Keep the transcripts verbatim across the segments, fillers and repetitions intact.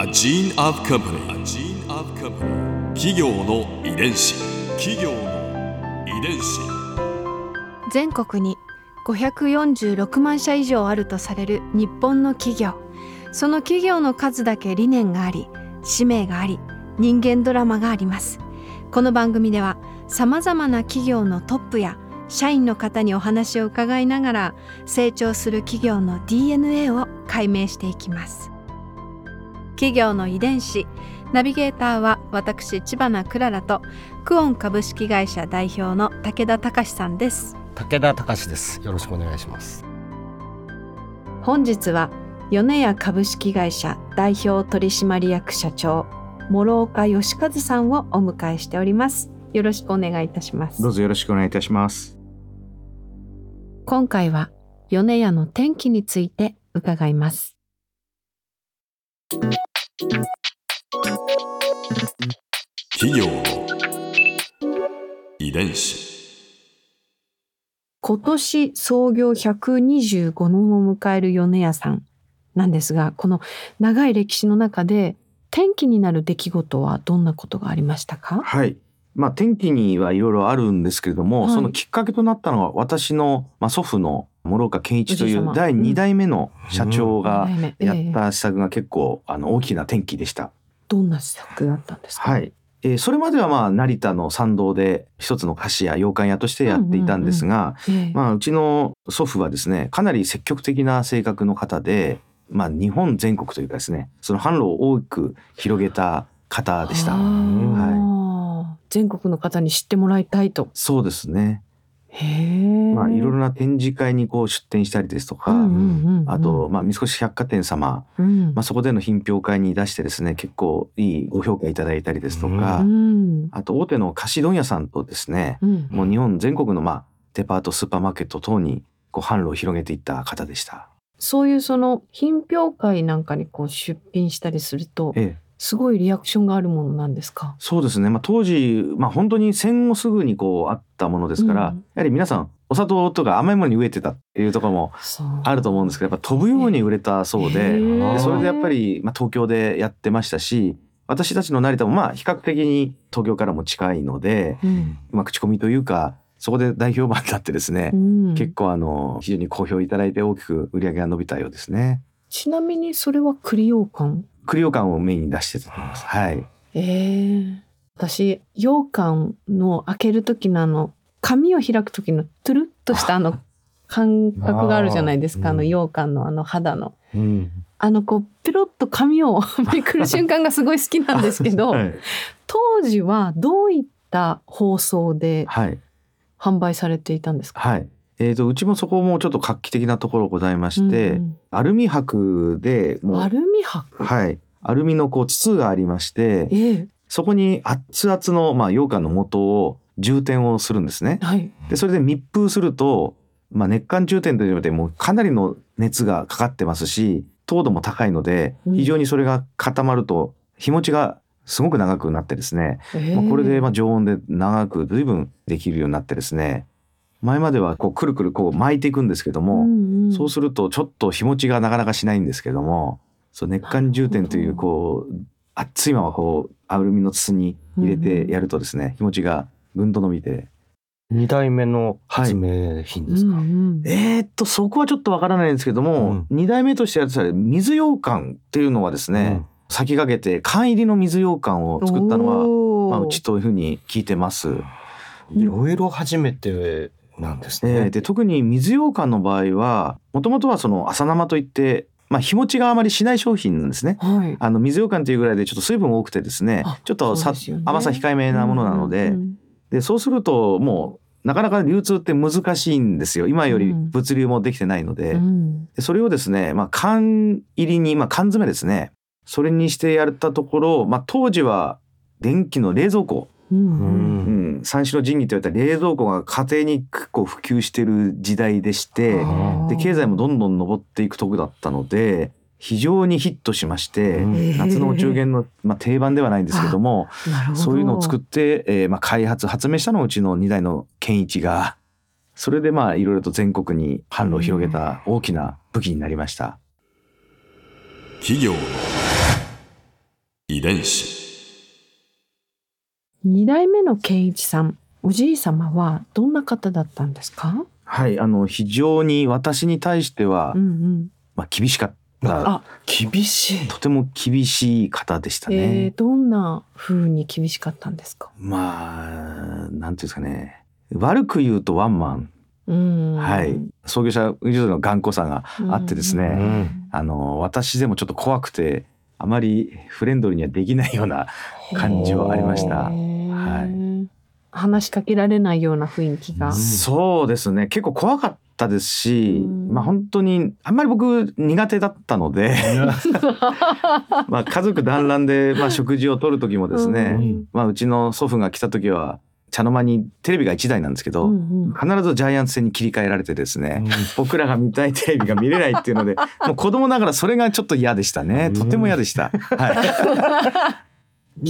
A gene of company. A gene of company. 企業の遺伝子。企業の遺伝子。 全国にごひゃくよんじゅうろくまんしゃ以上あるとされる日本の企業。その企業の数だけ理念があり、使命があり、人間ドラマがあります。この番組ではさまざまな企業のトップや社員の方にお話を伺いながら、成長する企業の ディーエヌエー を解明していきます。企業の遺伝子、ナビゲーターは私知花くららとクオン株式会社代表の武田隆さんです。 武田隆です。よろしくお願いします。 本日は米屋株式会社代表取締役社長諸岡義和さんをお迎えしております。よろしくお願いいたします。 どうぞよろしくお願いいたします。 今回は米屋の転機について伺います。 企業の遺伝子。 今年創業ひゃくにじゅうごねんを迎える米屋さんなんですが、この長い歴史の中で転機になる出来事はどんなことがありましたか？ はい。まあ転機にはいろいろあるんですけれども、はい、そのきっかけとなったのは私の、まあ、祖父の諸岡健一というだいに代目の社長がやった施策が結構あの大きな転機でした。 どんな施策だったんですか？ はい。えー、それまではまあ成田の参道で一つの菓子や洋館屋としてやっていたんですが、うんうんうん、まあ、うちの祖父はですね、かなり積極的な性格の方で、まあ、日本全国というかですね、その販路を大きく広げた方でした。 はい、全国の方に知ってもらいたいと。 そうですね。 へー、 まあ、いろいろな展示会にこう出展したりですとか、うんうんうんうん、あと、まあ、三越百貨店様、うんまあ、そこでの品評会に出してですね、結構いいご評価いただいたりですとか、うん、あと大手の菓子問屋さんとですね、うん、もう日本全国のまあデパートスーパーマーケット等にこう販路を広げていった方でした。 そういうその品評会なんかにこう出品したりすると、ええ、すごいリアクションがあるものなんですか？ そうですね、まあ、当時、まあ、本当に戦後すぐにこうあったものですから、うん、やはり皆さんお砂糖とか甘いものに飢えてたっていうところもあると思うんですけど、やっぱ飛ぶように売れたそうで、でそれでやっぱり、まあ、東京でやってましたし、私たちの成田もまあ比較的に東京からも近いので、うんまあ、口コミというかそこで大評判になってですね、うん、結構あの非常に好評いただいて大きく売り上げが伸びたようですね。 ちなみにそれは栗羊羹？ 栗羊羹をメインに出してたと思います。はい。 えー、私羊羹の開ける時のあの紙を開く時のトゥルッとしたあの感覚があるじゃないですか。あ, あの羊羹のあの肌の、うん、あのこうペロッと紙をめくる瞬間がすごい好きなんですけど、はい、当時はどういった包装で販売されていたんですか？ はい、えーと、うちもそこもちょっと画期的なところございまして、うん、アルミ箔でもうアルミ箔、 はい、アルミのこう筒がありまして、えー、そこに熱々のまあ羊羹の素を充填をするんですね、はい、でそれで密封すると、まあ、熱間充填というのでもうかなりの熱がかかってますし糖度も高いので非常にそれが固まると日持ちがすごく長くなってですね、えーまあ、これでまあ常温で長く随分できるようになってですね、前まではこうくるくるこう巻いていくんですけども、うんうん、そうするとちょっと日持ちがなかなかしないんですけども、そう熱間充填というこう熱いままこうアルミの筒に入れてやるとですね、うんうん、日持ちがぐんと伸びて。 に代目の発明品ですか？はいうんうん、 えー、っとそこはちょっとわからないんですけども、うん、に代目としてやってた水羊羹っていうのはですね、うん、先駆けて缶入りの水羊羹を作ったのは、まあ、うちというふうに聞いてます。 いろいろ初めてなんですね、 えー、で特に水羊羹の場合はもともとはその朝生といってまあ、日持ちがあまりしない商品なんですね、はい、あの水羊羹というぐらいでちょっと水分多くてですね、ちょっとさ、ね、甘さ控えめなものなので、うんうん、でそうするともうなかなか流通って難しいんですよ。今より物流もできてないので、うん、でそれをですね、まあ、缶入りに、まあ、缶詰ですね、それにしてやったところ、まあ、当時は電気の冷蔵庫、うんうん、三種の神器といわれた冷蔵庫が家庭に結構普及している時代でして、で経済もどんどん上っていくとこだったので非常にヒットしまして、夏のお中元の、まあ、定番ではないんですけども、どそういうのを作って、えーまあ、開発発明したのはうちのに代の健一が、それでまあいろいろと全国に販路を広げた大きな武器になりました。 企業の伝子。 に代目の健一さん、おじい様はどんな方だったんですか？ はい、あの非常に私に対しては、うんうん、まあ、厳しかった。 あ、厳しい。 とても厳しい方でしたね。 えー、どんな風に厳しかったんですか？ まあ、なんていうんですかね。悪く言うとワンマン。うん、はい、創業者以上の頑固さがあってですね、うん、あの私でもちょっと怖くてあまりフレンドリーにはできないような感じはありました。はい、 話しかけられないような雰囲気が、うん、 そうですね、結構怖かったですし、うん、まあ本当にあんまり僕苦手だったのでまあ家族団らんで、まあ、食事をとる時もですね、うん、まあ、うちの祖父が来た時は茶の間にテレビがいちだいなんですけど、うんうん、必ずジャイアンツ戦に切り替えられてですね、うん、僕らが見たいテレビが見れないっていうのでもう子供ながらそれがちょっと嫌でしたね。とても嫌でした、はい、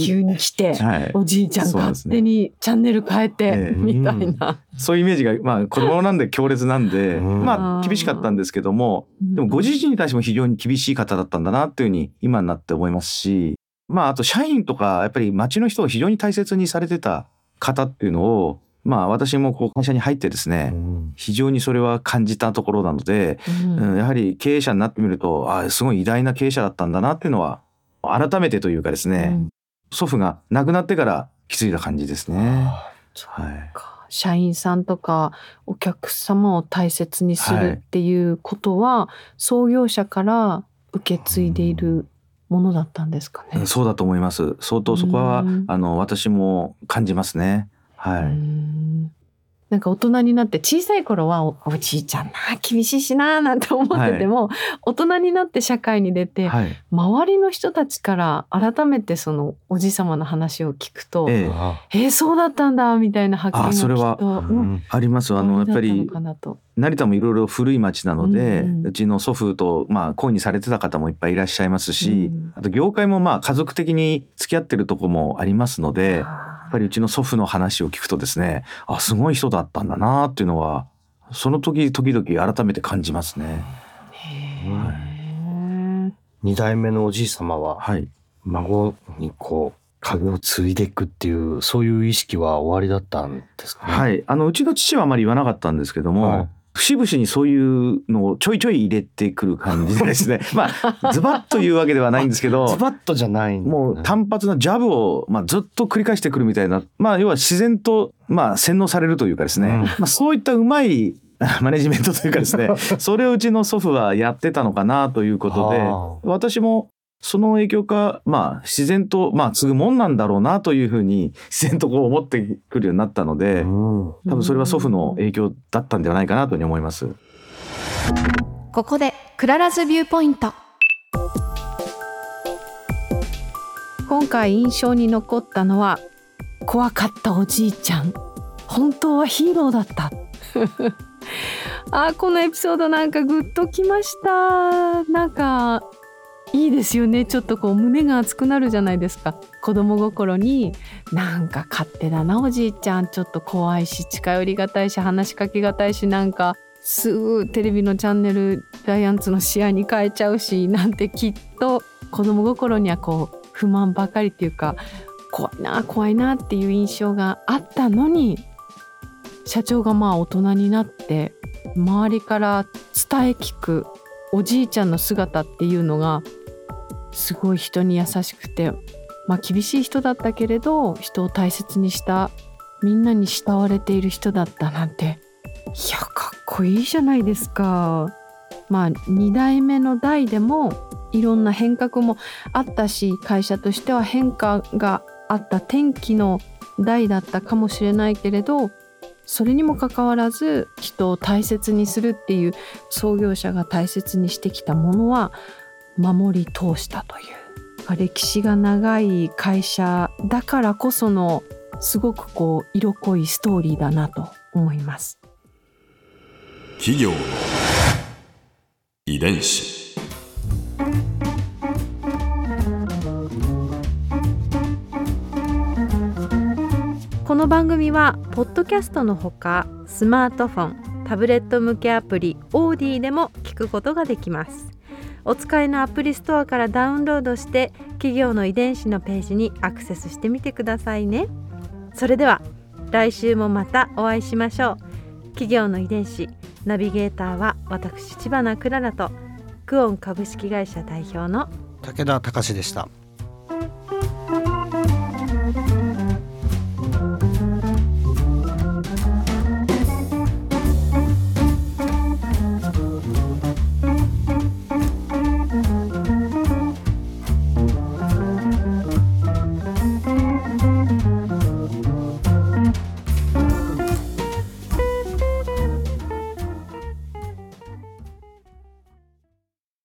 急に来て、はい、おじいちゃん勝手にチャンネル変えて、ね、みたいな、 うん、そういうイメージが、まあ、子供なんで強烈なんで、うん、まあ厳しかったんですけども、でもご自身に対しても非常に厳しい方だったんだなっていうふうに今になって思いますし、まああと社員とかやっぱり町の人を非常に大切にされてた方っていうのを、まあ私もこう会社に入ってですね、うん、非常にそれは感じたところなので、うんうん、やはり経営者になってみると、あ、すごい偉大な経営者だったんだなっていうのは改めてというかですね、うん、祖父が亡くなってから気づいた感じですね。はい、 社員さんとかお客様を大切にするっていうことは、はい、創業者から受け継いでいるものだったんですかね。 そうだと思います。相当そこはあの私も感じますね。はい。うん、 なんか大人になって小さい頃は お, おじいちゃんな厳しいしななんて思ってても、はい、大人になって社会に出て、はい、周りの人たちから改めてそのおじい様の話を聞くと、えええー、そうだったんだみたいな発見がきっと、あ、それは、 うん、あります。あのやっぱり成田もいろいろ古い町なので、うんうん、うちの祖父とまあ懇意されてた方もいっぱいいらっしゃいますし、うん、あと業界もまあ家族的に付き合ってるとこもありますので、やっぱりうちの祖父の話を聞くとですね、あ、すごい人だったんだなっていうのはその時時々改めて感じますね。 へー、はい、に代目のおじい様は、はい、孫にこう家を継いでいくっていうそういう意識は終わりだったんですかね。 はい、あのうちの父はあまり言わなかったんですけども、はい、節々にそういうのをちょいちょい入れてくる感じですね。まあズバッというわけではないんですけど、 ズバッとじゃない、ね、 もう単発なジャブを、まあ、ずっと繰り返してくるみたいな、まあ要は自然と、まあ、洗脳されるというかですね、うん、まあ、そういったうまいマネジメントというかですねそれをうちの祖父はやってたのかなということで、私もその影響か、まあ自然と、まあ継ぐもんなんだろうなというふうに自然とこう思ってくるようになったので、うん、多分それは祖父の影響だったんではないかなというふうに思います。 ここでクララズビューポイント。今回印象に残ったのは、怖かったおじいちゃん、本当はヒーローだったあ、このエピソードなんかグッときました。なんかいいですよね。ちょっとこう胸が熱くなるじゃないですか。子供心になんか勝手だなおじいちゃん、ちょっと怖いし近寄りがたいし話しかけがたいし、なんかすぐテレビのチャンネルジャイアンツの試合に変えちゃうしなんて、きっと子供心にはこう不満ばかりっていうか、怖いな怖いなっていう印象があったのに、社長がまあ大人になって周りから伝え聞くおじいちゃんの姿っていうのがすごい人に優しくて、まあ厳しい人だったけれど人を大切にした、みんなに慕われている人だったなんて、いやかっこいいじゃないですか。まあに代目の代でもいろんな変革もあったし、会社としては変化があった転機の代だったかもしれないけれど、それにもかかわらず人を大切にするっていう創業者が大切にしてきたものは守り通したという、歴史が長い会社だからこそのすごくこう色濃いストーリーだなと思います。 企業の遺伝子。 この番組はポッドキャストのほかスマートフォン、タブレット向けアプリオーディでも聞くことができます。 お使いのアプリストアからダウンロードして企業の遺伝子のページにアクセスしてみてくださいね。それでは来週もまたお会いしましょう。企業の遺伝子ナビゲーターは私知花くららとクオン株式会社代表の武田隆でした。